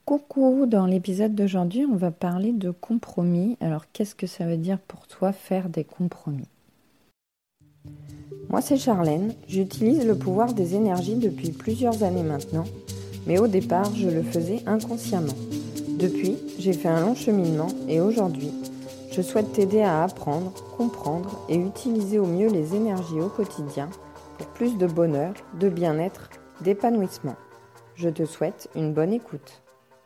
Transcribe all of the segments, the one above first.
Coucou, dans l'épisode d'aujourd'hui, on va parler de compromis. Alors, qu'est-ce que ça veut dire pour toi faire des compromis? Moi, c'est Charlène. J'utilise le pouvoir des énergies depuis plusieurs années maintenant, mais au départ, je le faisais inconsciemment. Depuis, j'ai fait un long cheminement et aujourd'hui, je souhaite t'aider à apprendre, comprendre et utiliser au mieux les énergies au quotidien pour plus de bonheur, de bien-être, d'épanouissement. Je te souhaite une bonne écoute.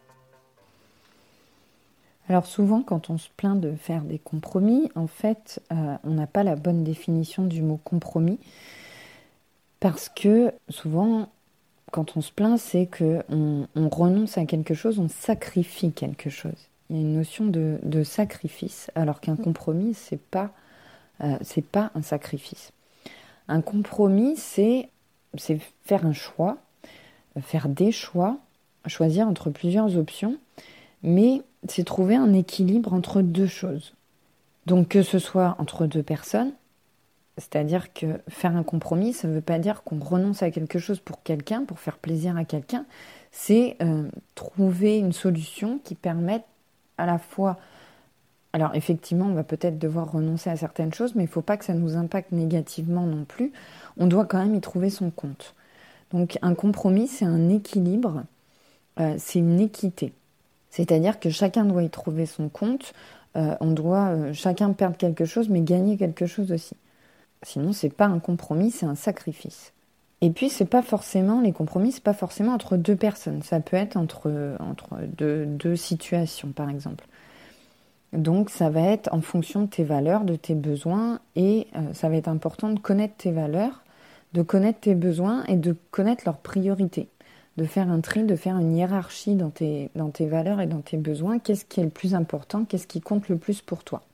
Alors souvent, quand on se plaint de faire des compromis, en fait, on n'a pas la bonne définition du mot compromis. Parce que souvent, quand on se plaint, c'est qu'on renonce à quelque chose, on sacrifie quelque chose. Il y a une notion de sacrifice, alors qu'un compromis, c'est pas un sacrifice. Un compromis, c'est faire un choix, faire des choix, choisir entre plusieurs options, mais c'est trouver un équilibre entre deux choses. Donc que ce soit entre deux personnes, c'est-à-dire que faire un compromis, ça ne veut pas dire qu'on renonce à quelque chose pour quelqu'un, pour faire plaisir à quelqu'un, c'est trouver une solution qui permette à la fois... Alors effectivement, on va peut-être devoir renoncer à certaines choses, mais il ne faut pas que ça nous impacte négativement non plus. On doit quand même y trouver son compte. Donc un compromis, c'est un équilibre, c'est une équité. C'est-à-dire que chacun doit y trouver son compte, on doit chacun perdre quelque chose, mais gagner quelque chose aussi. Sinon, c'est pas un compromis, c'est un sacrifice. Et puis, les compromis, c'est pas forcément entre deux personnes. Ça peut être entre deux situations, par exemple. Donc, ça va être en fonction de tes valeurs, de tes besoins, et ça va être important de connaître tes valeurs, de connaître tes besoins et de connaître leurs priorités. De faire un tri, de faire une hiérarchie dans tes valeurs et dans tes besoins. Qu'est-ce qui est le plus important? Qu'est-ce qui compte le plus pour toi?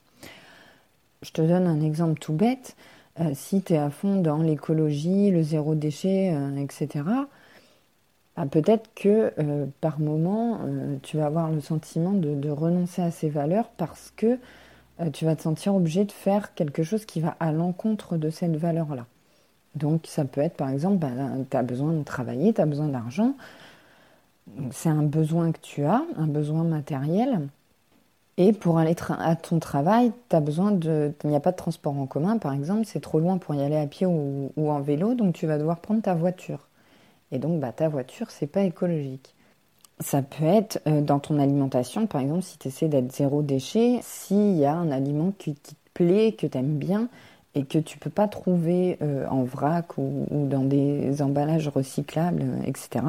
Je te donne un exemple tout bête. Si tu es à fond dans l'écologie, le zéro déchet, etc., peut-être que par moment, tu vas avoir le sentiment de renoncer à ces valeurs parce que tu vas te sentir obligé de faire quelque chose qui va à l'encontre de cette valeur-là. Donc ça peut être par exemple, tu as besoin de travailler, tu as besoin d'argent, c'est un besoin que tu as, un besoin matériel. Et pour aller à ton travail, il n'y a pas de transport en commun par exemple, c'est trop loin pour y aller à pied ou en vélo, donc tu vas devoir prendre ta voiture. Et donc ta voiture, c'est pas écologique. Ça peut être dans ton alimentation, par exemple, si tu essaies d'être zéro déchet, s'il y a un aliment qui te plaît, que tu aimes bien, et que tu ne peux pas trouver en vrac ou dans des emballages recyclables, etc.,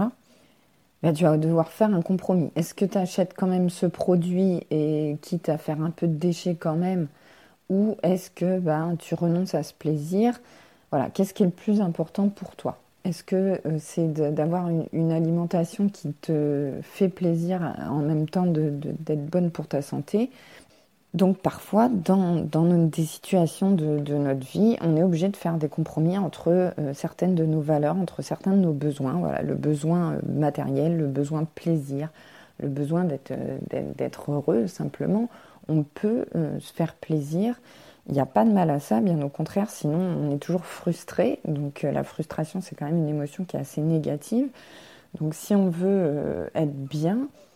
tu vas devoir faire un compromis. Est-ce que tu achètes quand même ce produit et quitte à faire un peu de déchets quand même, ou est-ce que tu renonces à ce plaisir? Voilà, qu'est-ce qui est le plus important pour toi? Est-ce que c'est d'avoir une alimentation qui te fait plaisir en même temps d'être bonne pour ta santé? Donc parfois, dans des situations de notre vie, on est obligé de faire des compromis entre certaines de nos valeurs, entre certains de nos besoins. Voilà, le besoin matériel, le besoin de plaisir, le besoin d'être heureux simplement. On peut se faire plaisir. Il n'y a pas de mal à ça, bien au contraire, sinon on est toujours frustré. Donc la frustration, c'est quand même une émotion qui est assez négative. Donc si on veut être bien,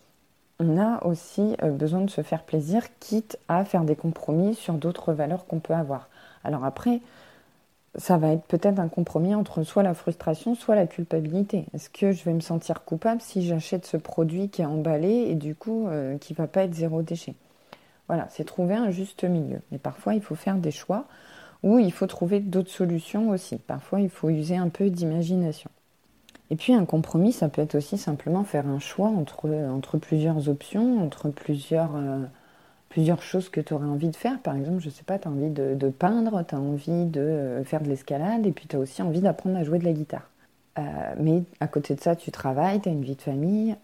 on a aussi besoin de se faire plaisir, quitte à faire des compromis sur d'autres valeurs qu'on peut avoir. Alors après, ça va être peut-être un compromis entre soit la frustration, soit la culpabilité. Est-ce que je vais me sentir coupable si j'achète ce produit qui est emballé et du coup qui ne va pas être zéro déchet? Voilà, c'est trouver un juste milieu. Et parfois, il faut faire des choix ou il faut trouver d'autres solutions aussi. Parfois, il faut user un peu d'imagination. Et puis, un compromis, ça peut être aussi simplement faire un choix entre plusieurs options, entre plusieurs choses que tu aurais envie de faire. Par exemple, je ne sais pas, tu as envie de peindre, tu as envie de faire de l'escalade et puis tu as aussi envie d'apprendre à jouer de la guitare. Mais à côté de ça, tu travailles, tu as une vie de famille.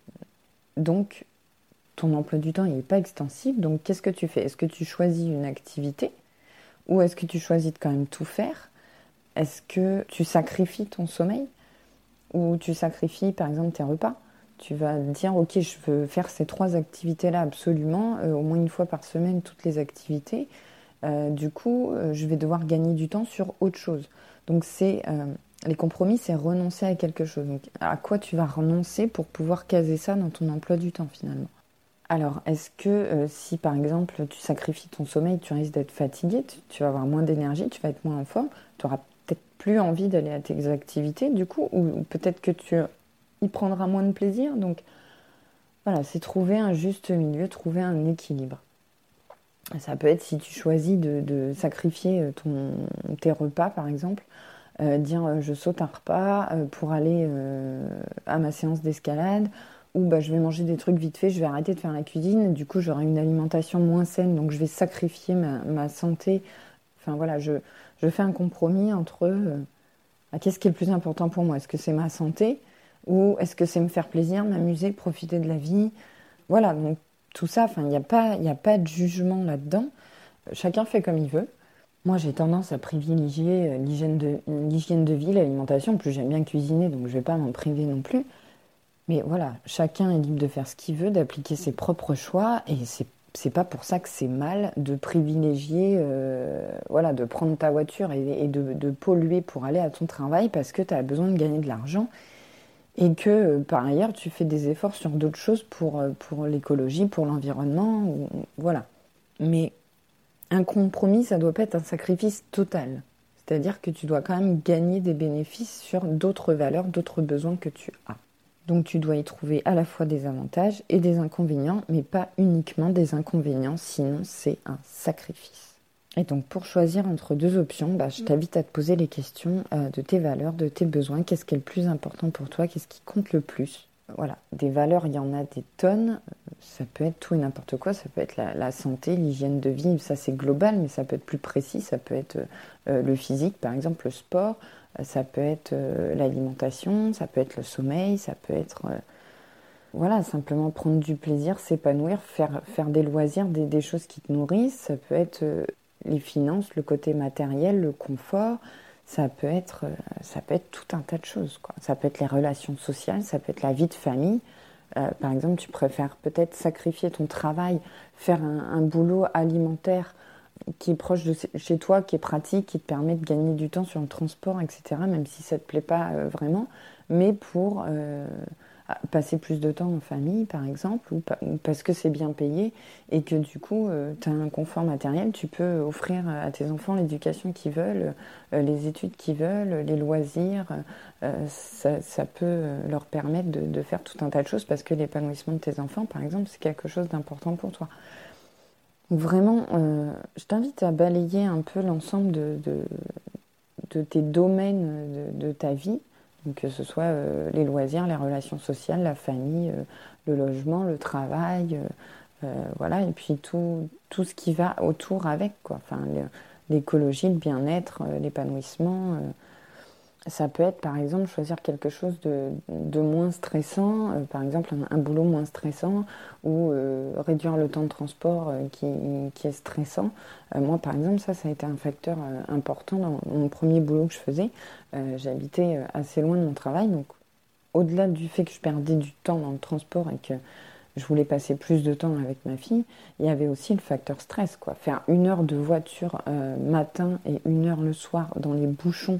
Donc, ton emploi du temps n'est pas extensible, donc qu'est-ce que tu fais? Est-ce que tu choisis une activité ou est-ce que tu choisis de quand même tout faire? Est-ce que tu sacrifies ton sommeil ou tu sacrifies par exemple tes repas? Tu vas te dire ok, je veux faire ces 3 activités-là absolument, au moins une fois par semaine, toutes les activités. Du coup, je vais devoir gagner du temps sur autre chose. Donc c'est Les compromis, c'est renoncer à quelque chose. Donc, à quoi tu vas renoncer pour pouvoir caser ça dans ton emploi du temps finalement? Alors, est-ce que si par exemple tu sacrifies ton sommeil, tu risques d'être fatigué, tu vas avoir moins d'énergie, tu vas être moins en forme, tu auras peut-être plus envie d'aller à tes activités du coup, ou peut-être que tu y prendras moins de plaisir. Donc voilà, c'est trouver un juste milieu, trouver un équilibre. Ça peut être si tu choisis de sacrifier tes repas par exemple, dire je saute un repas pour aller à ma séance d'escalade, ou bah, je vais manger des trucs vite fait, je vais arrêter de faire la cuisine, du coup j'aurai une alimentation moins saine, donc je vais sacrifier ma santé. Enfin voilà, je fais un compromis entre qu'est-ce qui est le plus important pour moi? Est-ce que c'est ma santé ou est-ce que c'est me faire plaisir, m'amuser, profiter de la vie? Voilà, donc tout ça, enfin, il y a pas de jugement là-dedans. Chacun fait comme il veut. Moi, j'ai tendance à privilégier l'hygiène de vie, l'alimentation. En plus, j'aime bien cuisiner, donc je vais pas m'en priver non plus. Mais voilà, chacun est libre de faire ce qu'il veut, d'appliquer ses propres choix, et c'est pas pour ça que c'est mal de privilégier, voilà, de prendre ta voiture et de polluer pour aller à ton travail parce que tu as besoin de gagner de l'argent et que par ailleurs tu fais des efforts sur d'autres choses pour l'écologie, pour l'environnement, voilà. Mais un compromis, ça doit pas être un sacrifice total. C'est-à-dire que tu dois quand même gagner des bénéfices sur d'autres valeurs, d'autres besoins que tu as. Donc tu dois y trouver à la fois des avantages et des inconvénients, mais pas uniquement des inconvénients, sinon c'est un sacrifice. Et donc pour choisir entre deux options, bah, je t'invite à te poser les questions de tes valeurs, de tes besoins, qu'est-ce qui est le plus important pour toi, qu'est-ce qui compte le plus. Voilà, des valeurs, il y en a des tonnes, ça peut être tout et n'importe quoi, ça peut être la santé, l'hygiène de vie, ça c'est global, mais ça peut être plus précis, ça peut être le physique, par exemple le sport, ça peut être l'alimentation, ça peut être le sommeil, ça peut être voilà, simplement prendre du plaisir, s'épanouir, faire des loisirs, des choses qui te nourrissent, ça peut être les finances, le côté matériel, le confort, ça peut être tout un tas de choses, quoi. Ça peut être les relations sociales, ça peut être la vie de famille. Par exemple, tu préfères peut-être sacrifier ton travail, faire un boulot alimentaire qui est proche de chez toi, qui est pratique, qui te permet de gagner du temps sur le transport, etc., même si ça ne te plaît pas vraiment, mais pour passer plus de temps en famille, par exemple, ou parce que c'est bien payé et que du coup, tu as un confort matériel, tu peux offrir à tes enfants l'éducation qu'ils veulent, les études qu'ils veulent, les loisirs, ça peut leur permettre de faire tout un tas de choses parce que l'épanouissement de tes enfants, par exemple, c'est quelque chose d'important pour toi. Donc vraiment, je t'invite à balayer un peu l'ensemble de tes domaines de ta vie, donc que ce soit les loisirs, les relations sociales, la famille, le logement, le travail, voilà, et puis tout ce qui va autour avec, quoi. Enfin, l'écologie, le bien-être, l'épanouissement. Ça peut être, par exemple, choisir quelque chose de moins stressant, par exemple un boulot moins stressant, ou réduire le temps de transport qui est stressant. Moi, par exemple, ça a été un facteur important dans mon premier boulot que je faisais. J'habitais assez loin de mon travail, donc au-delà du fait que je perdais du temps dans le transport et que je voulais passer plus de temps avec ma fille, il y avait aussi le facteur stress, quoi. Faire 1 heure de voiture matin et 1 heure le soir dans les bouchons.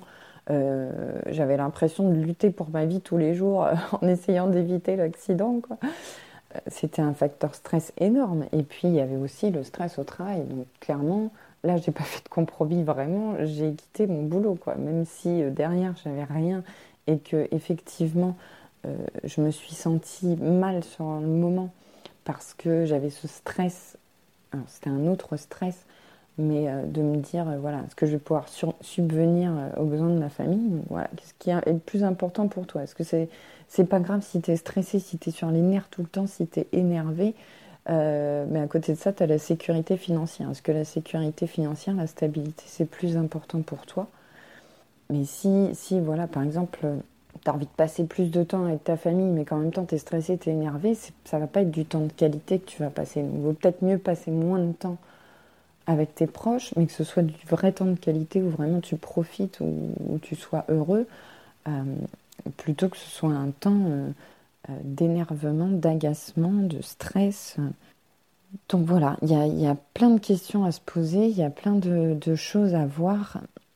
J'avais l'impression de lutter pour ma vie tous les jours en essayant d'éviter l'accident, quoi. C'était un facteur stress énorme. Et puis, il y avait aussi le stress au travail. Donc, clairement, là, j'ai pas fait de compromis vraiment. J'ai quitté mon boulot, quoi. Même si derrière, j'avais rien et que, effectivement, je me suis sentie mal sur le moment parce que j'avais ce stress. Alors, c'était un autre stress, mais de me dire, voilà, est-ce que je vais pouvoir subvenir aux besoins de ma famille? Donc, voilà, qu'est-ce qui est le plus important pour toi? Est-ce que c'est pas grave si tu es stressé, si tu es sur les nerfs tout le temps, si tu es énervé, mais à côté de ça, tu as la sécurité financière. Est-ce que la sécurité financière, la stabilité, c'est plus important pour toi? Mais si voilà, par exemple, tu as envie de passer plus de temps avec ta famille, mais qu'en même temps, tu es stressé, tu es énervé, ça va pas être du temps de qualité que tu vas passer. Donc, il vaut peut-être mieux passer moins de temps avec tes proches, mais que ce soit du vrai temps de qualité où vraiment tu profites, où tu sois heureux, euh, plutôt que ce soit un temps d'énervement, d'agacement, de stress. Donc voilà, il y a plein de questions à se poser, il y a plein de choses à voir.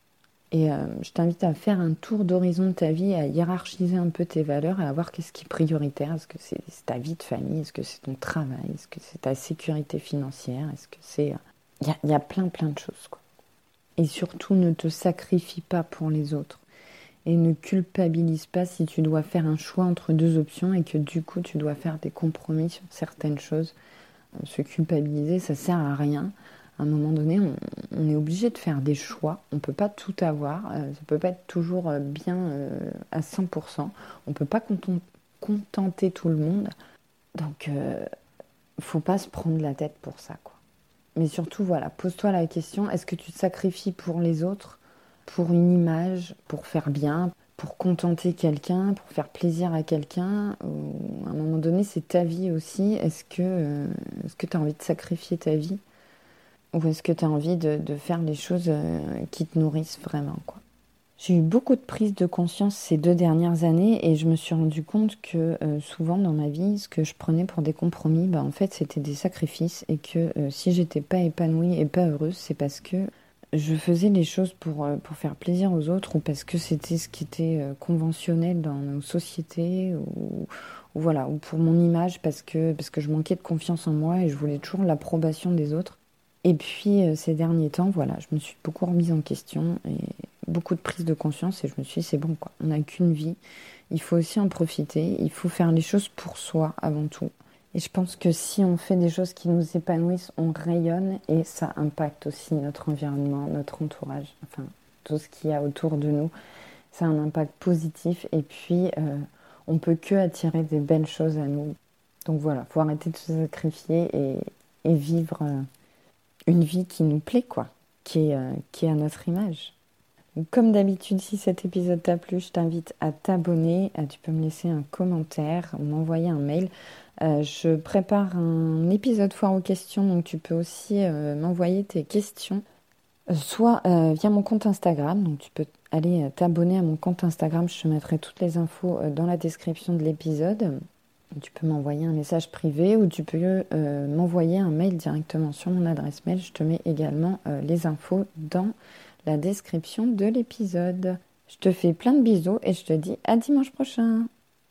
Et je t'invite à faire un tour d'horizon de ta vie, à hiérarchiser un peu tes valeurs et à voir qu'est-ce qui est prioritaire. Est-ce que c'est ta vie de famille? Est-ce que c'est ton travail? Est-ce que c'est ta sécurité financière? Est-ce que c'est... Il y a plein de choses, quoi. Et surtout, ne te sacrifie pas pour les autres. Et ne culpabilise pas si tu dois faire un choix entre deux options et que du coup, tu dois faire des compromis sur certaines choses. Se culpabiliser, ça sert à rien. À un moment donné, on est obligé de faire des choix. On ne peut pas tout avoir. Ça ne peut pas être toujours bien à 100%. On ne peut pas contenter tout le monde. Donc, il ne faut pas se prendre la tête pour ça, quoi. Mais surtout, voilà, pose-toi la question, est-ce que tu te sacrifies pour les autres, pour une image, pour faire bien, pour contenter quelqu'un, pour faire plaisir à quelqu'un? Ou à un moment donné, c'est ta vie aussi. Est-ce que tu as envie de sacrifier ta vie? Ou est-ce que tu as envie de faire les choses qui te nourrissent vraiment, quoi? J'ai eu beaucoup de prises de conscience ces 2 dernières années et je me suis rendu compte que souvent dans ma vie, ce que je prenais pour des compromis, en fait, c'était des sacrifices et que si j'étais pas épanouie et pas heureuse, c'est parce que je faisais les choses pour faire plaisir aux autres ou parce que c'était ce qui était conventionnel dans nos sociétés ou voilà, ou pour mon image parce que je manquais de confiance en moi et je voulais toujours l'approbation des autres. Et puis ces derniers temps, voilà, je me suis beaucoup remise en question et beaucoup de prise de conscience et je me suis dit c'est bon, quoi, on n'a qu'une vie, il faut aussi en profiter, il faut faire les choses pour soi avant tout. Et je pense que si on fait des choses qui nous épanouissent, on rayonne et ça impacte aussi notre environnement, notre entourage, enfin tout ce qu'il y a autour de nous. Ça a un impact positif et puis on peut que attirer des belles choses à nous. Donc voilà, faut arrêter de se sacrifier et vivre une vie qui nous plaît, quoi, qui est à notre image. Donc, comme d'habitude, si cet épisode t'a plu, je t'invite à t'abonner. Tu peux me laisser un commentaire ou m'envoyer un mail. Je prépare un épisode foire aux questions, donc tu peux aussi m'envoyer tes questions, soit via mon compte Instagram. Donc tu peux aller t'abonner à mon compte Instagram. Je te mettrai toutes les infos dans la description de l'épisode. Tu peux m'envoyer un message privé ou tu peux m'envoyer un mail directement sur mon adresse mail. Je te mets également les infos dans la description de l'épisode. Je te fais plein de bisous et je te dis à dimanche prochain.